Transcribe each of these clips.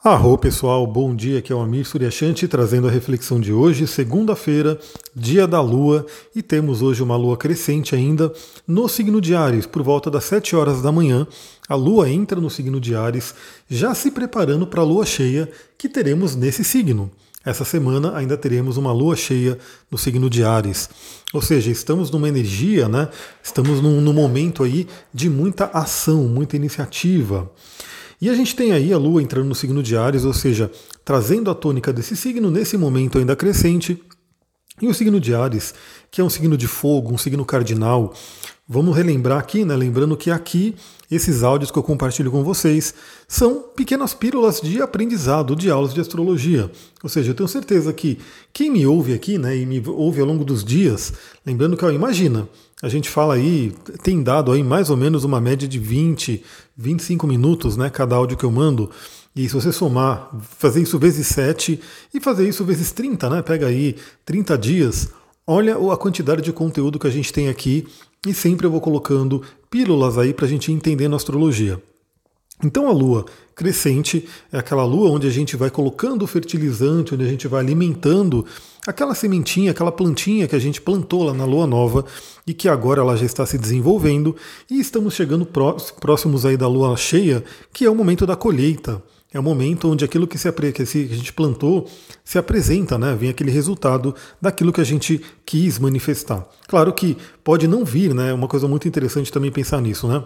Arro pessoal, bom dia, aqui é o Amir Suryashanti trazendo a reflexão de hoje, segunda-feira, dia da Lua, e temos hoje uma Lua crescente ainda no signo de Áries, por volta das 7 horas da manhã, a Lua entra no signo de Áries, já se preparando para a Lua cheia que teremos nesse signo. Essa semana ainda teremos uma Lua cheia no signo de Áries, ou seja, estamos numa energia, né? Estamos num momento aí de muita ação, muita iniciativa. E a gente tem aí a Lua entrando no signo de Áries, ou seja, trazendo a tônica desse signo nesse momento ainda crescente. E o signo de Áries, que é um signo de fogo, um signo cardinal, vamos relembrar aqui, né? Lembrando que aqui, esses áudios que eu compartilho com vocês são pequenas pílulas de aprendizado, de aulas de astrologia. Ou seja, eu tenho certeza que quem me ouve aqui, né, e me ouve ao longo dos dias, lembrando que, ó, imagina, a gente fala aí, tem dado aí mais ou menos uma média de 20, 25 minutos, né, cada áudio que eu mando. E se você somar, fazer isso vezes 7 e fazer isso vezes 30, né, pega aí 30 dias, olha a quantidade de conteúdo que a gente tem aqui e sempre eu vou colocando pílulas aí para a gente entender na astrologia. Então a Lua crescente é aquela Lua onde a gente vai colocando o fertilizante, onde a gente vai alimentando aquela sementinha, aquela plantinha que a gente plantou lá na Lua Nova e que agora ela já está se desenvolvendo e estamos chegando próximos aí da Lua cheia, que é o momento da colheita. É o momento onde aquilo que a gente plantou se apresenta, né? Vem aquele resultado daquilo que a gente quis manifestar. Claro que pode não vir, né? É uma coisa muito interessante também pensar nisso, né?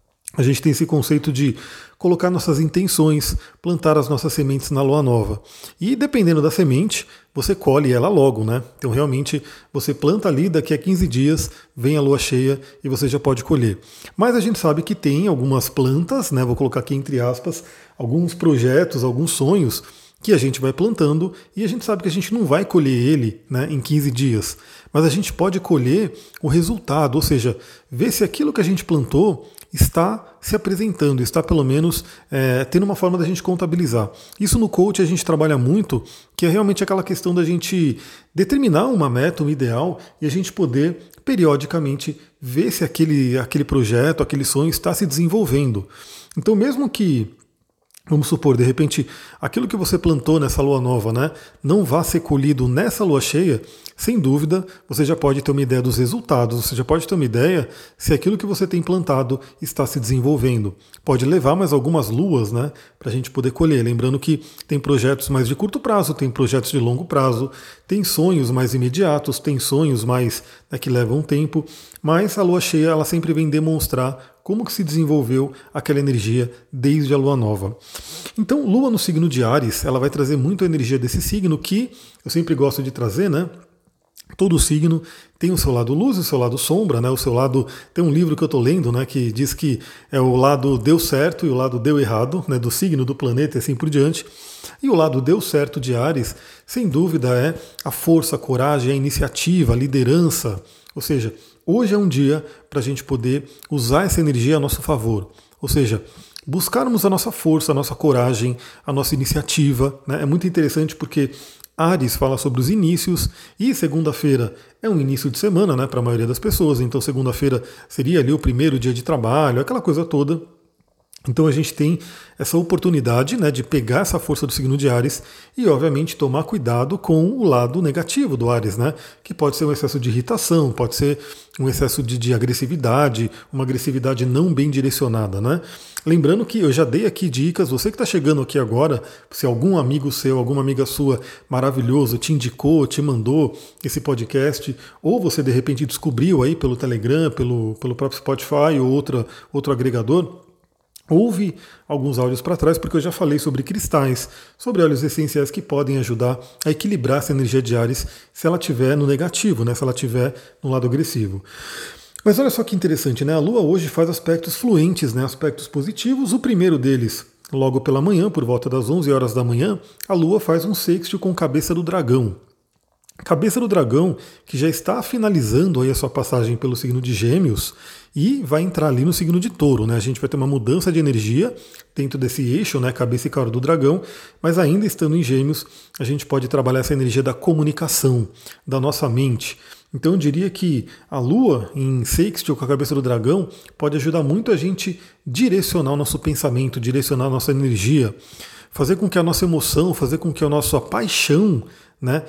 A gente tem esse conceito de colocar nossas intenções, plantar as nossas sementes na lua nova. E dependendo da semente, você colhe ela logo, né? Então realmente você planta ali, daqui a 15 dias vem a lua cheia e você já pode colher. Mas a gente sabe que tem algumas plantas, né? Vou colocar aqui entre aspas, alguns projetos, alguns sonhos que a gente vai plantando e a gente sabe que a gente não vai colher ele, né, em 15 dias. Mas a gente pode colher o resultado, ou seja, ver se aquilo que a gente plantou está se apresentando, está pelo menos tendo uma forma da gente contabilizar. Isso no coach a gente trabalha muito, que é realmente aquela questão da gente determinar uma meta, um ideal, e a gente poder periodicamente ver se aquele projeto, aquele sonho está se desenvolvendo. Então mesmo que, vamos supor, de repente, aquilo que você plantou nessa lua nova, né, não vá ser colhido nessa lua cheia, sem dúvida, você já pode ter uma ideia dos resultados, você já pode ter uma ideia se aquilo que você tem plantado está se desenvolvendo. Pode levar mais algumas luas, né, para a gente poder colher. Lembrando que tem projetos mais de curto prazo, tem projetos de longo prazo, tem sonhos mais imediatos, tem sonhos mais, né, que levam tempo, mas a lua cheia ela sempre vem demonstrar como que se desenvolveu aquela energia desde a lua nova. Então, lua no signo de Áries, ela vai trazer muito a energia desse signo que eu sempre gosto de trazer, né? Todo signo tem o seu lado luz e o seu lado sombra, né? O seu lado, tem um livro que eu estou lendo, né, que diz que é o lado deu certo e o lado deu errado, né, do signo, do planeta e assim por diante. E o lado deu certo de Áries, sem dúvida, é a força, a coragem, a iniciativa, a liderança. Ou seja, hoje é um dia para a gente poder usar essa energia a nosso favor. Ou seja, buscarmos a nossa força, a nossa coragem, a nossa iniciativa, né? É muito interessante porque Áries fala sobre os inícios e segunda-feira é um início de semana, né, para a maioria das pessoas. Então segunda-feira seria ali o primeiro dia de trabalho, aquela coisa toda. Então a gente tem essa oportunidade, né, de pegar essa força do signo de Áries e, obviamente, tomar cuidado com o lado negativo do Áries, né, que pode ser um excesso de irritação, pode ser um excesso de agressividade, uma agressividade não bem direcionada, né. Lembrando que eu já dei aqui dicas, você que está chegando aqui agora, se algum amigo seu, alguma amiga sua maravilhoso te indicou, te mandou esse podcast, ou você de repente descobriu aí pelo Telegram, pelo próprio Spotify ou outro agregador, ouve alguns áudios para trás, porque eu já falei sobre cristais, sobre óleos essenciais que podem ajudar a equilibrar essa energia de Áries se ela estiver no negativo, né, se ela estiver no lado agressivo. Mas olha só que interessante, né? A Lua hoje faz aspectos fluentes, né, aspectos positivos. O primeiro deles, logo pela manhã, por volta das 11 horas da manhã, a Lua faz um sextil com Cabeça do Dragão. Cabeça do Dragão, que já está finalizando aí a sua passagem pelo signo de Gêmeos e vai entrar ali no signo de Touro, né? A gente vai ter uma mudança de energia dentro desse eixo, né? Cabeça e cauda do dragão, mas ainda estando em Gêmeos, a gente pode trabalhar essa energia da comunicação, da nossa mente. Então eu diria que a Lua em sextil com a Cabeça do Dragão pode ajudar muito a gente direcionar o nosso pensamento, direcionar a nossa energia. fazer com que a nossa emoção, fazer com que a nossa paixão, né,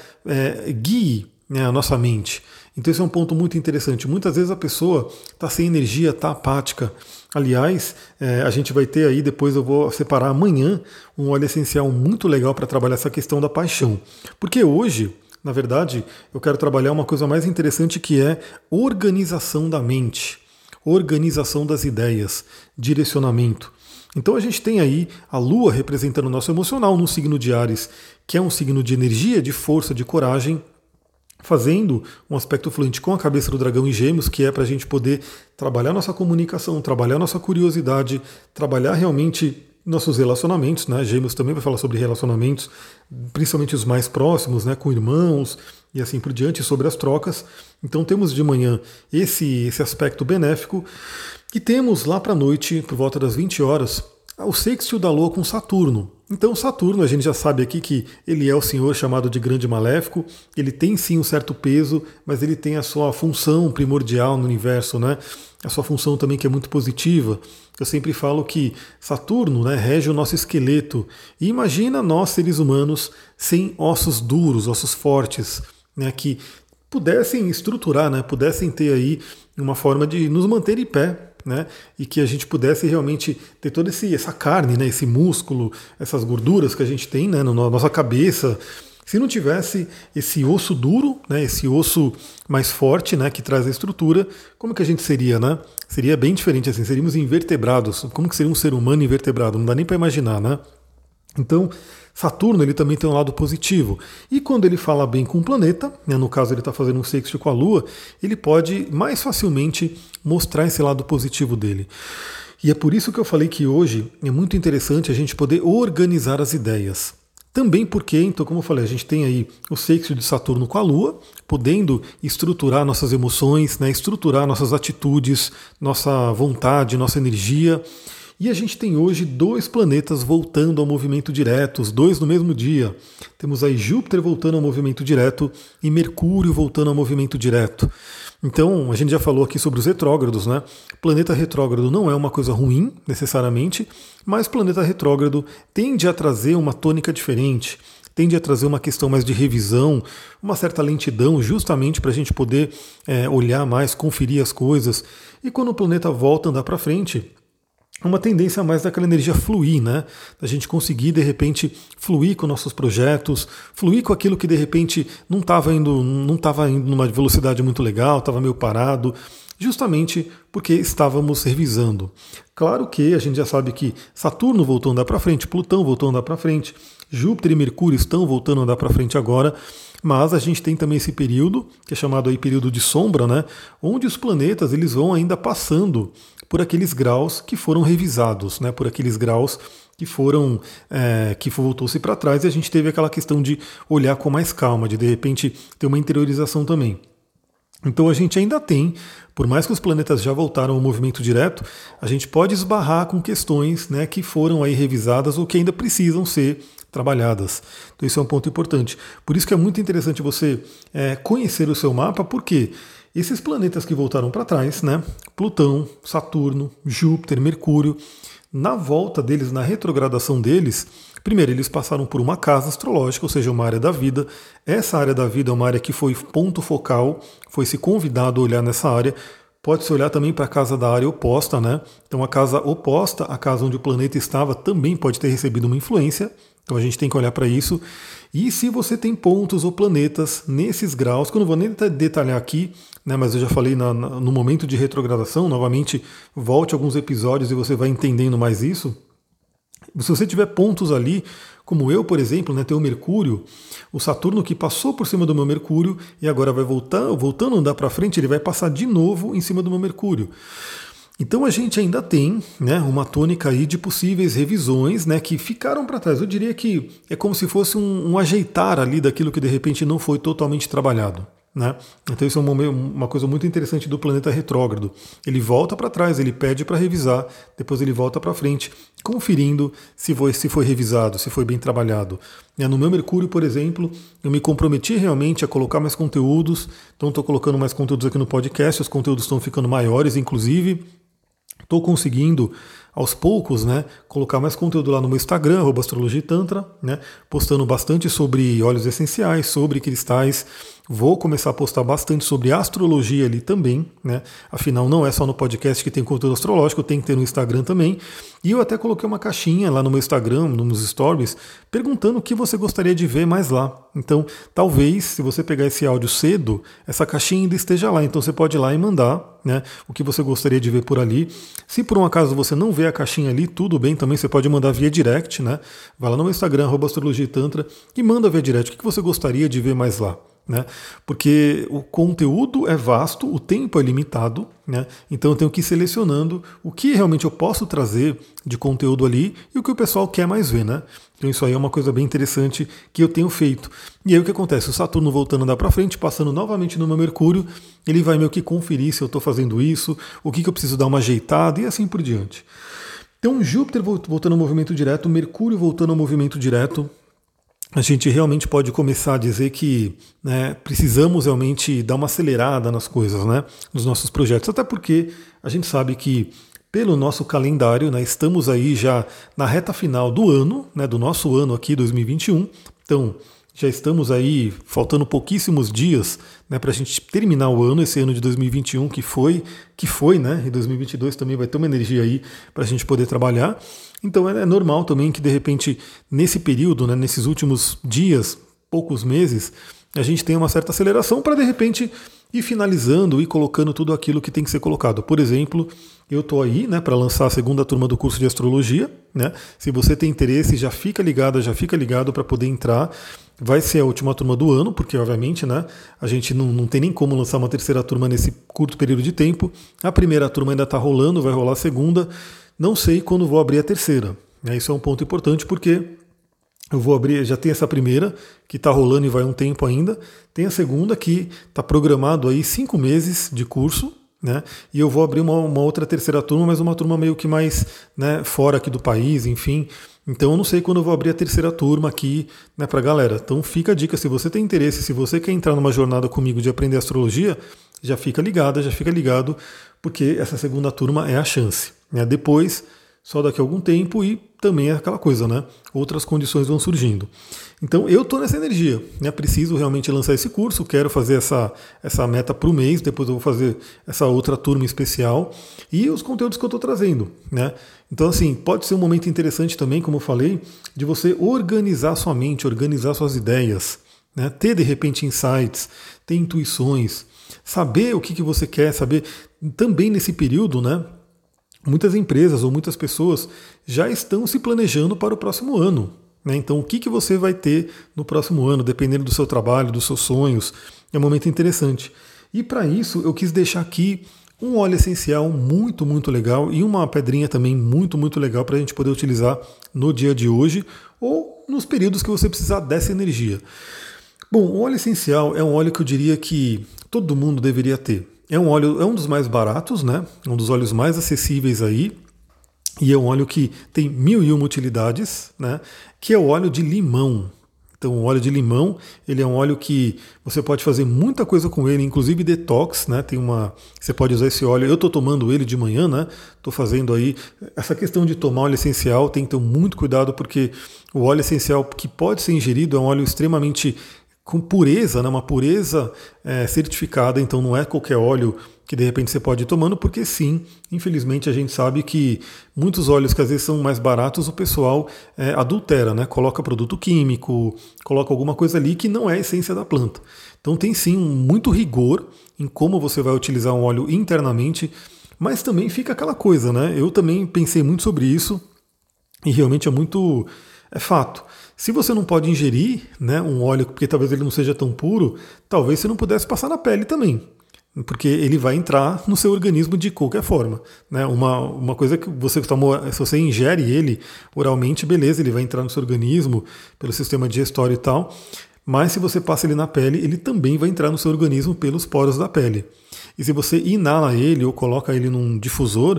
guie, né, a nossa mente. Então esse é um ponto muito interessante. Muitas vezes a pessoa está sem energia, está apática. Aliás, a gente vai ter aí, depois eu vou separar amanhã, um óleo essencial muito legal para trabalhar essa questão da paixão. Porque hoje, na verdade, eu quero trabalhar uma coisa mais interessante que é organização da mente, organização das ideias, direcionamento. Então a gente tem aí a Lua representando o nosso emocional no signo de Áries, que é um signo de energia, de força, de coragem, fazendo um aspecto fluente com a cabeça do dragão em Gêmeos, que é para a gente poder trabalhar nossa comunicação, trabalhar nossa curiosidade, trabalhar realmente nossos relacionamentos, né? Gêmeos também vai falar sobre relacionamentos, principalmente os mais próximos, né? Com irmãos e assim por diante, sobre as trocas. Então temos de manhã esse aspecto benéfico e temos lá para a noite, por volta das 20 horas, o sextil da Lua com Saturno. Então Saturno, a gente já sabe aqui que ele é o senhor chamado de grande maléfico, ele tem sim um certo peso, mas ele tem a sua função primordial no universo, né? A sua função também que é muito positiva. Eu sempre falo que Saturno, né, rege o nosso esqueleto. E imagina nós, seres humanos, sem ossos duros, ossos fortes, né, que pudessem estruturar, né, pudessem ter aí uma forma de nos manter em pé, né, e que a gente pudesse realmente ter toda essa carne, né, esse músculo, essas gorduras que a gente tem, né, na nossa cabeça. Se não tivesse esse osso duro, né, esse osso mais forte, né, que traz a estrutura, como que a gente seria, né? Seria bem diferente assim, seríamos invertebrados. Como que seria um ser humano invertebrado? Não dá nem para imaginar, né? Então, Saturno ele também tem um lado positivo. E quando ele fala bem com o planeta, né, no caso ele está fazendo um sexto com a Lua, ele pode mais facilmente mostrar esse lado positivo dele. E é por isso que eu falei que hoje é muito interessante a gente poder organizar as ideias. Também porque, então, como eu falei, a gente tem aí o sexto de Saturno com a Lua, podendo estruturar nossas emoções, né, estruturar nossas atitudes, nossa vontade, nossa energia. E a gente tem hoje 2 planetas voltando ao movimento direto, os 2 no mesmo dia. Temos aí Júpiter voltando ao movimento direto e Mercúrio voltando ao movimento direto. Então, a gente já falou aqui sobre os retrógrados, né? Planeta retrógrado não é uma coisa ruim, necessariamente, mas planeta retrógrado tende a trazer uma tônica diferente, tende a trazer uma questão mais de revisão, uma certa lentidão, justamente para a gente poder olhar mais, conferir as coisas. E quando o planeta volta a andar para frente, uma tendência mais daquela energia fluir, né? Da gente conseguir, de repente, fluir com nossos projetos, fluir com aquilo que, de repente, não estava indo numa velocidade muito legal, estava meio parado, justamente porque estávamos revisando. Claro que a gente já sabe que Saturno voltou a andar para frente, Plutão voltou a andar para frente, Júpiter e Mercúrio estão voltando a andar para frente agora, mas a gente tem também esse período, que é chamado aí período de sombra, né? Onde os planetas eles vão ainda passando por aqueles graus que foram revisados, né, por aqueles graus que foram que voltou-se para trás e a gente teve aquela questão de olhar com mais calma, de repente ter uma interiorização também. Então a gente ainda tem, por mais que os planetas já voltaram ao movimento direto, a gente pode esbarrar com questões, né, que foram aí revisadas ou que ainda precisam ser trabalhadas. Então isso é um ponto importante. Por isso que é muito interessante você conhecer o seu mapa, porque esses planetas que voltaram para trás, né, Plutão, Saturno, Júpiter, Mercúrio, na volta deles, na retrogradação deles, primeiro eles passaram por uma casa astrológica, ou seja, uma área da vida. Essa área da vida é uma área que foi ponto focal, foi se convidado a olhar nessa área. Pode-se olhar também para a casa da área oposta, né? Então a casa oposta, a casa onde o planeta estava, também pode ter recebido uma influência. Então a gente tem que olhar para isso. E se você tem pontos ou planetas nesses graus, que eu não vou nem detalhar aqui, né, mas eu já falei no momento de retrogradação, novamente volte alguns episódios e você vai entendendo mais isso. Se você tiver pontos ali, como eu, por exemplo, né, tem o Mercúrio, o Saturno que passou por cima do meu Mercúrio e agora vai voltando a andar para frente, ele vai passar de novo em cima do meu Mercúrio. Então a gente ainda tem, né, uma tônica aí de possíveis revisões, né, que ficaram para trás. Eu diria que é como se fosse um ajeitar ali daquilo que de repente não foi totalmente trabalhado, né? Então isso é uma coisa muito interessante do planeta retrógrado. Ele volta para trás, ele pede para revisar, depois ele volta para frente, conferindo se foi revisado, se foi bem trabalhado. No meu Mercúrio, por exemplo, eu me comprometi realmente a colocar mais conteúdos, então estou colocando mais conteúdos aqui no podcast, os conteúdos estão ficando maiores, inclusive. estou conseguindo aos poucos, né, colocar mais conteúdo lá no meu Instagram, @astrologitantra, né, postando bastante sobre óleos essenciais, sobre cristais. Vou começar a postar bastante sobre astrologia ali também, né? Afinal, não é só no podcast que tem conteúdo astrológico, tem que ter no Instagram também. E eu até coloquei uma caixinha lá no meu Instagram, nos stories, perguntando o que você gostaria de ver mais lá. Então, talvez, se você pegar esse áudio cedo, essa caixinha ainda esteja lá. Então, você pode ir lá e mandar, né, o que você gostaria de ver por ali. Se por um acaso você não vê a caixinha ali, tudo bem também, você pode mandar via direct, né? Vai lá no meu Instagram, @astrologitantra, e manda via direct o que você gostaria de ver mais lá. Né? Porque o conteúdo é vasto, o tempo é limitado, né? Então eu tenho que ir selecionando o que realmente eu posso trazer de conteúdo ali e o que o pessoal quer mais ver. Né? Então isso aí é uma coisa bem interessante que eu tenho feito. E aí o que acontece? O Saturno voltando a andar para frente, passando novamente no meu Mercúrio, ele vai meio que conferir se eu estou fazendo isso, o que eu preciso dar uma ajeitada e assim por diante. Então Júpiter voltando ao movimento direto, Mercúrio voltando ao movimento direto, a gente realmente pode começar a dizer que, né, precisamos realmente dar uma acelerada nas coisas, né, nos nossos projetos, até porque a gente sabe que pelo nosso calendário, né, estamos aí já na reta final do ano, né, do nosso ano aqui, 2021, então já estamos aí faltando pouquíssimos dias, né, para a gente terminar o ano, esse ano de 2021 que foi, né, e 2022 também vai ter uma energia aí para a gente poder trabalhar. Então é normal também que de repente nesse período, né, nesses últimos dias, poucos meses, a gente tenha uma certa aceleração para de repente ir finalizando e colocando tudo aquilo que tem que ser colocado. Por exemplo, eu estou aí, né, para lançar a segunda turma do curso de astrologia, né? Se você tem interesse, já fica ligado para poder entrar. Vai ser a última turma do ano, porque obviamente, né, a gente não tem nem como lançar uma terceira turma nesse curto período de tempo. A primeira turma ainda está rolando, vai rolar a segunda. Não sei quando vou abrir a terceira. Isso é um ponto importante porque eu vou abrir, já tem essa primeira que está rolando e vai um tempo ainda. Tem a segunda que está programado aí 5 meses de curso, né? E eu vou abrir uma outra terceira turma, mas uma turma meio que mais, né, fora aqui do país, enfim. Então eu não sei quando eu vou abrir a terceira turma aqui, né, para a galera. Então fica a dica, se você tem interesse, se você quer entrar numa jornada comigo de aprender astrologia, já fica ligado, porque essa segunda turma é a chance. Né? Depois, só daqui a algum tempo e também é aquela coisa, né? Outras condições vão surgindo. Então eu estou nessa energia, né? Preciso realmente lançar esse curso, quero fazer essa meta para o mês, depois eu vou fazer essa outra turma especial e os conteúdos que eu estou trazendo, né? Então assim, pode ser um momento interessante também, como eu falei, de você organizar sua mente, organizar suas ideias, né? Ter de repente insights, ter intuições, saber o que você quer, saber também nesse período, né? Muitas empresas ou muitas pessoas já estão se planejando para o próximo ano. Né? Então, o que você vai ter no próximo ano, dependendo do seu trabalho, dos seus sonhos, é um momento interessante. E para isso, eu quis deixar aqui um óleo essencial muito, muito legal e uma pedrinha também muito, muito legal para a gente poder utilizar no dia de hoje ou nos períodos que você precisar dessa energia. Bom, o óleo essencial é um óleo que eu diria que todo mundo deveria ter. É um óleo, é um dos mais baratos, né? Um dos óleos mais acessíveis aí. E é um óleo que tem 1001 utilidades, né? Que é o óleo de limão. Então, o óleo de limão, ele é um óleo que você pode fazer muita coisa com ele, inclusive detox, né? Você pode usar esse óleo. Eu estou tomando ele de manhã, né? Estou fazendo aí essa questão de tomar óleo essencial, tem que ter muito cuidado porque o óleo essencial que pode ser ingerido é um óleo extremamente com pureza, né, uma pureza certificada, então não é qualquer óleo que de repente você pode ir tomando, porque sim, infelizmente a gente sabe que muitos óleos que às vezes são mais baratos, o pessoal adultera, né, coloca produto químico, coloca alguma coisa ali que não é a essência da planta. Então tem sim muito rigor em como você vai utilizar um óleo internamente, mas também fica aquela coisa, né, eu também pensei muito sobre isso e realmente é fato. Se você não pode ingerir, né, um óleo, porque talvez ele não seja tão puro, talvez você não pudesse passar na pele também, porque ele vai entrar no seu organismo de qualquer forma. Né? Uma coisa que você tomou, se você ingere ele oralmente, beleza, ele vai entrar no seu organismo pelo sistema digestório e tal, mas se você passa ele na pele, ele também vai entrar no seu organismo pelos poros da pele. E se você inala ele ou coloca ele num difusor,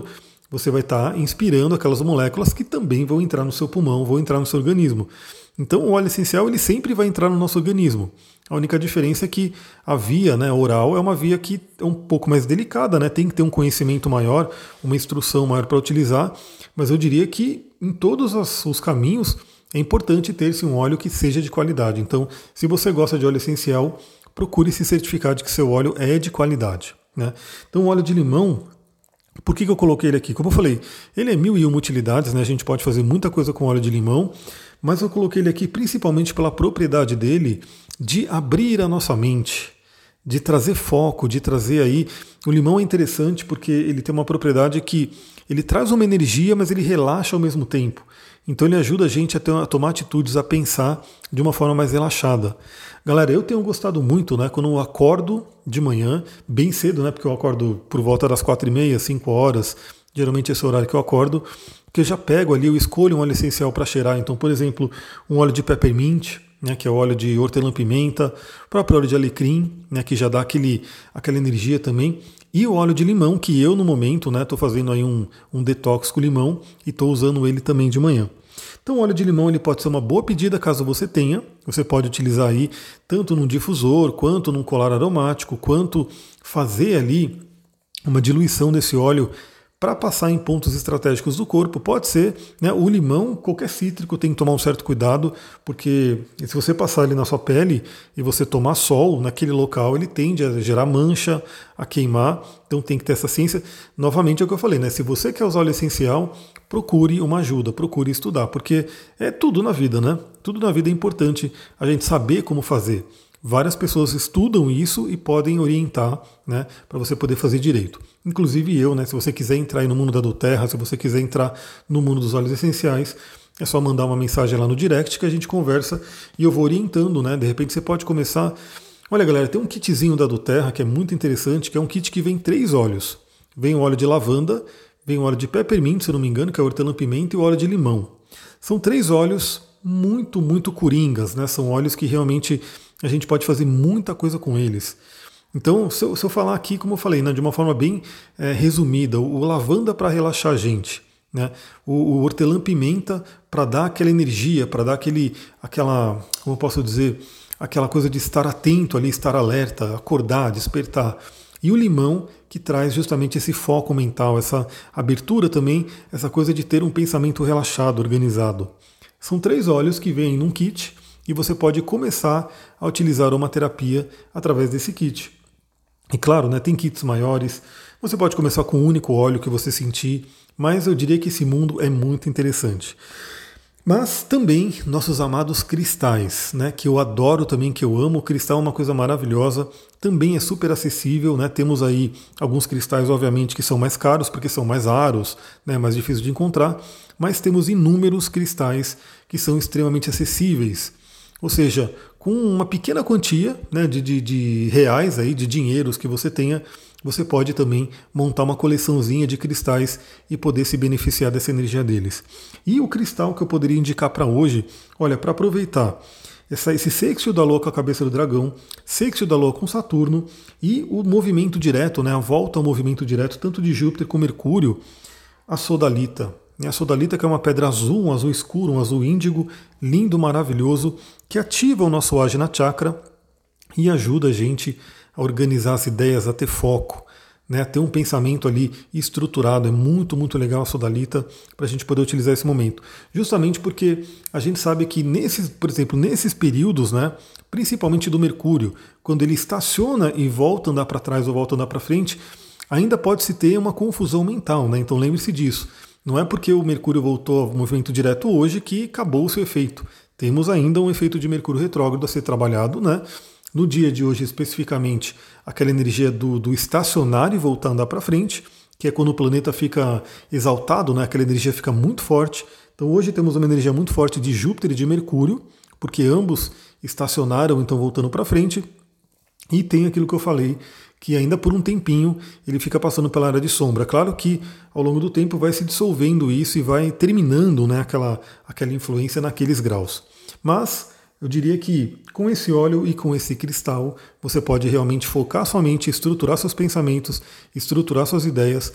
você vai estar inspirando aquelas moléculas que também vão entrar no seu pulmão, vão entrar no seu organismo. Então o óleo essencial ele sempre vai entrar no nosso organismo. A única diferença é que a via, né, oral é uma via que é um pouco mais delicada, né? Tem que ter um conhecimento maior, uma instrução maior para utilizar, mas eu diria que em todos os caminhos é importante ter-se um óleo que seja de qualidade. Então, se você gosta de óleo essencial, procure se certificar de que seu óleo é de qualidade, né? Então o óleo de limão, por que eu coloquei ele aqui? Como eu falei, ele é 1001 utilidades, né? A gente pode fazer muita coisa com óleo de limão, mas eu coloquei ele aqui principalmente pela propriedade dele de abrir a nossa mente, de trazer foco, de trazer aí... O limão é interessante porque ele tem uma propriedade que ele traz uma energia, mas ele relaxa ao mesmo tempo. Então ele ajuda a gente a tomar atitudes, a pensar de uma forma mais relaxada. Galera, eu tenho gostado muito, né? Quando eu acordo de manhã, bem cedo, né? Porque eu acordo por volta das 4h30, 5 horas, geralmente esse horário que eu acordo, que eu já pego ali, eu escolho um óleo essencial para cheirar. Então, por exemplo, um óleo de peppermint, né, que é o óleo de hortelã-pimenta, o próprio óleo de alecrim, né, que já dá aquela energia também, e o óleo de limão, que eu no momento estou fazendo aí um detox com limão e estou usando ele também de manhã. Então o óleo de limão ele pode ser uma boa pedida caso você tenha, você pode utilizar aí tanto num difusor, quanto num colar aromático, quanto fazer ali uma diluição desse óleo para passar em pontos estratégicos do corpo. Pode ser, né, o limão, qualquer cítrico tem que tomar um certo cuidado, porque se você passar ele na sua pele e você tomar sol naquele local, ele tende a gerar mancha, a queimar, então tem que ter essa ciência. Novamente é o que eu falei, né, se você quer usar óleo essencial, procure uma ajuda, procure estudar, porque é tudo na vida, né? Tudo na vida é importante a gente saber como fazer. Várias pessoas estudam isso e podem orientar, né, para você poder fazer direito. Inclusive eu, né, se você quiser entrar aí no mundo da doTERRA, se você quiser entrar no mundo dos óleos essenciais, é só mandar uma mensagem lá no direct que a gente conversa e eu vou orientando, né? De repente você pode começar. Olha, galera, tem um kitzinho da doTERRA que é muito interessante, que é um kit que vem 3 óleos. Vem o óleo de lavanda, vem o óleo de peppermint, se eu não me engano, que é o hortelã-pimenta, e o óleo de limão. São 3 óleos muito, muito coringas, né? São óleos que realmente a gente pode fazer muita coisa com eles. Então, se eu falar aqui, como eu falei, né, de uma forma bem resumida, o lavanda para relaxar a gente, né, o hortelã-pimenta para dar aquela energia, para dar aquela, como eu posso dizer, aquela coisa de estar atento ali, estar alerta, acordar, despertar. E o limão que traz justamente esse foco mental, essa abertura também, essa coisa de ter um pensamento relaxado, organizado. São 3 óleos que vêm num kit e você pode começar a utilizar uma terapia através desse kit. E claro, né, tem kits maiores, você pode começar com um único óleo que você sentir, mas eu diria que esse mundo é muito interessante. Mas também nossos amados cristais, né, que eu adoro também, que eu amo. O cristal é uma coisa maravilhosa, também é super acessível, né? Temos aí alguns cristais, obviamente, que são mais caros, porque são mais raros, né, mais difíceis de encontrar, mas temos inúmeros cristais que são extremamente acessíveis. Ou seja, com uma pequena quantia, né, de reais, aí, de dinheiros que você tenha, você pode também montar uma coleçãozinha de cristais e poder se beneficiar dessa energia deles. E o cristal que eu poderia indicar para hoje, olha, para aproveitar esse sextil da Lua com a cabeça do dragão, sextil da Lua com Saturno e o movimento direto, né, a volta ao movimento direto, tanto de Júpiter como Mercúrio, a sodalita. A sodalita, que é uma pedra azul, um azul escuro, um azul índigo, lindo, maravilhoso, que ativa o nosso Ajna Chakra e ajuda a gente a organizar as ideias, a ter foco, né, a ter um pensamento ali estruturado. É muito, muito legal a sodalita para a gente poder utilizar esse momento. Justamente porque a gente sabe que, por exemplo, nesses períodos, né, principalmente do Mercúrio, quando ele estaciona e volta a andar para trás ou volta a andar para frente, ainda pode-se ter uma confusão mental, né? Então lembre-se disso. Não é porque o Mercúrio voltou ao movimento direto hoje que acabou o seu efeito. Temos ainda um efeito de Mercúrio retrógrado a ser trabalhado, né? No dia de hoje, especificamente, aquela energia do estacionar e voltar a andar para frente, que é quando o planeta fica exaltado, né? Aquela energia fica muito forte. Então hoje temos uma energia muito forte de Júpiter e de Mercúrio, porque ambos estacionaram, então voltando para frente. E tem aquilo que eu falei, que ainda por um tempinho ele fica passando pela área de sombra. Claro que ao longo do tempo vai se dissolvendo isso e vai terminando, né, aquela influência naqueles graus. Mas eu diria que com esse óleo e com esse cristal você pode realmente focar sua mente, estruturar seus pensamentos, estruturar suas ideias,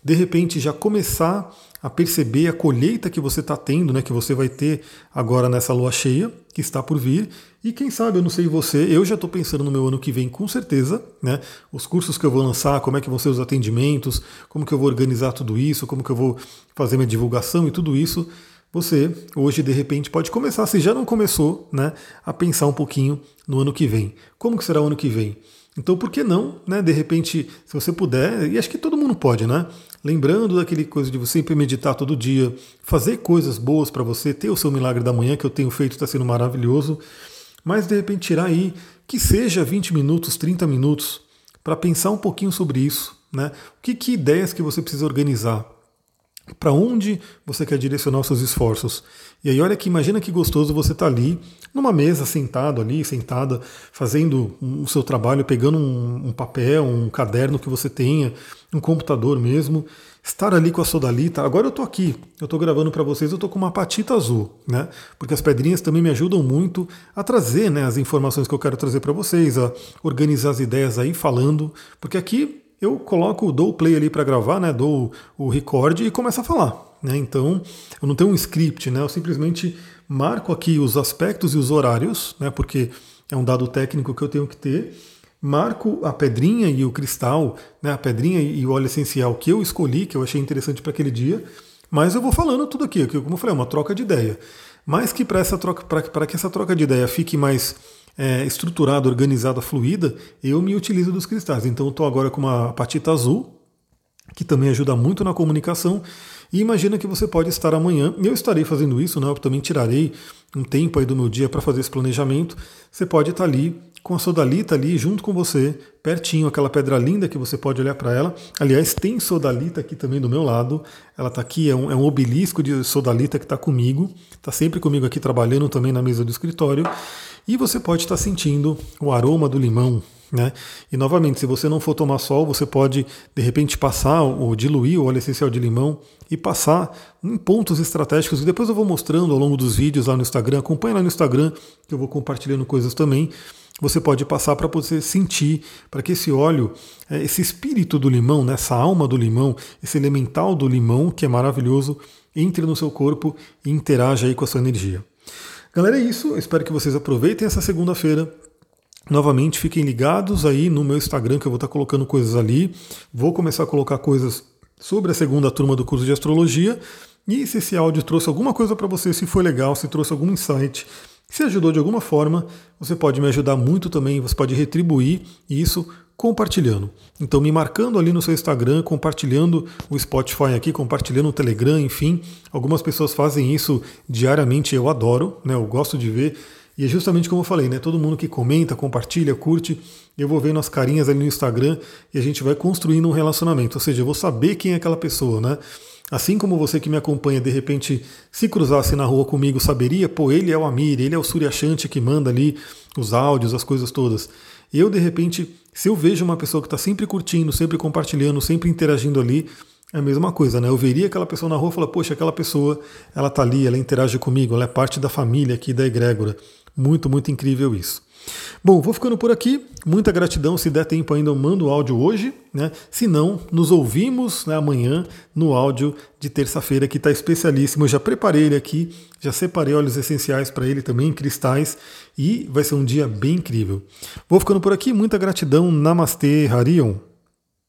de repente já começar a perceber a colheita que você está tendo, né, que você vai ter agora nessa lua cheia, que está por vir. E quem sabe, eu não sei você, eu já estou pensando no meu ano que vem com certeza, né, os cursos que eu vou lançar, como é que vão ser os atendimentos, como que eu vou organizar tudo isso, como que eu vou fazer minha divulgação e tudo isso. Você hoje de repente pode começar, se já não começou, né, a pensar um pouquinho no ano que vem. Como que será o ano que vem? Então, por que não, né? De repente, se você puder, e acho que todo mundo pode, né? Lembrando daquele coisa de você sempre meditar todo dia, fazer coisas boas para você, ter o seu milagre da manhã, que eu tenho feito, está sendo maravilhoso, mas de repente tirar aí, que seja 20 minutos, 30 minutos, para pensar um pouquinho sobre isso, né? Que ideias que você precisa organizar? Para onde você quer direcionar os seus esforços? E aí olha que imagina que gostoso você estar ali numa mesa sentado ali, sentada, fazendo o seu trabalho, pegando um papel, um caderno que você tenha, um computador mesmo, estar ali com a sodalita. Agora eu estou aqui, eu estou gravando para vocês, eu estou com uma patita azul, né? Porque as pedrinhas também me ajudam muito a trazer, né, as informações que eu quero trazer para vocês, a organizar as ideias aí falando, porque aqui eu dou o play ali para gravar, né, dou o record e começo a falar. Né, então, eu não tenho um script, né, eu simplesmente marco aqui os aspectos e os horários, né, porque é um dado técnico que eu tenho que ter, marco a pedrinha e o cristal, né, a pedrinha e o óleo essencial que eu escolhi, que eu achei interessante para aquele dia, mas eu vou falando tudo aqui, como eu falei, é uma troca de ideia. Mas que para que essa troca de ideia fique mais estruturada, organizada, fluida, eu me utilizo dos cristais. Então eu estou agora com uma apatita azul, que também ajuda muito na comunicação. E imagina que você pode estar amanhã, e eu estarei fazendo isso, né? Eu também tirarei um tempo aí do meu dia para fazer esse planejamento. Você pode estar ali com a sodalita ali junto com você, pertinho, aquela pedra linda que você pode olhar para ela. Aliás, tem sodalita aqui também do meu lado. Ela está aqui, é um obelisco de sodalita que está comigo, está sempre comigo aqui trabalhando também na mesa do escritório. E você pode estar sentindo o aroma do limão, né? E novamente, se você não for tomar sol, você pode de repente passar ou diluir o óleo essencial de limão e passar em pontos estratégicos. E depois eu vou mostrando ao longo dos vídeos lá no Instagram. Acompanhe lá no Instagram, que eu vou compartilhando coisas também. Você pode passar para você sentir, para que esse óleo, esse espírito do limão, né, essa alma do limão, esse elemental do limão, que é maravilhoso, entre no seu corpo e interaja aí com a sua energia. Galera, é isso. Eu espero que vocês aproveitem essa segunda-feira. Novamente, fiquem ligados aí no meu Instagram, que eu vou estar colocando coisas ali. Vou começar a colocar coisas sobre a segunda turma do curso de astrologia. E se esse áudio trouxe alguma coisa para você, se foi legal, se trouxe algum insight, se ajudou de alguma forma, você pode me ajudar muito também, você pode retribuir isso compartilhando. Então me marcando ali no seu Instagram, compartilhando o Spotify aqui, compartilhando o Telegram, enfim. Algumas pessoas fazem isso diariamente, eu adoro, né? Eu gosto de ver. E é justamente como eu falei, né? Todo mundo que comenta, compartilha, curte, eu vou vendo as carinhas ali no Instagram e a gente vai construindo um relacionamento. Ou seja, eu vou saber quem é aquela pessoa, né? Assim como você que me acompanha, de repente, se cruzasse na rua comigo, saberia, pô, ele é o Amir, ele é o Suryashanti que manda ali os áudios, as coisas todas. Eu, de repente, se eu vejo uma pessoa que está sempre curtindo, sempre compartilhando, sempre interagindo ali, é a mesma coisa, né? Eu veria aquela pessoa na rua e falar, poxa, aquela pessoa, ela está ali, ela interage comigo, ela é parte da família aqui, da egrégora. Muito, muito incrível isso. Bom, vou ficando por aqui. Muita gratidão. Se der tempo ainda, eu mando o áudio hoje, né? Se não, nos ouvimos, né, amanhã no áudio de terça-feira, que está especialíssimo. Eu já preparei ele aqui, já separei óleos essenciais para ele também, cristais, e vai ser um dia bem incrível. Vou ficando por aqui. Muita gratidão. Namastê, Harion.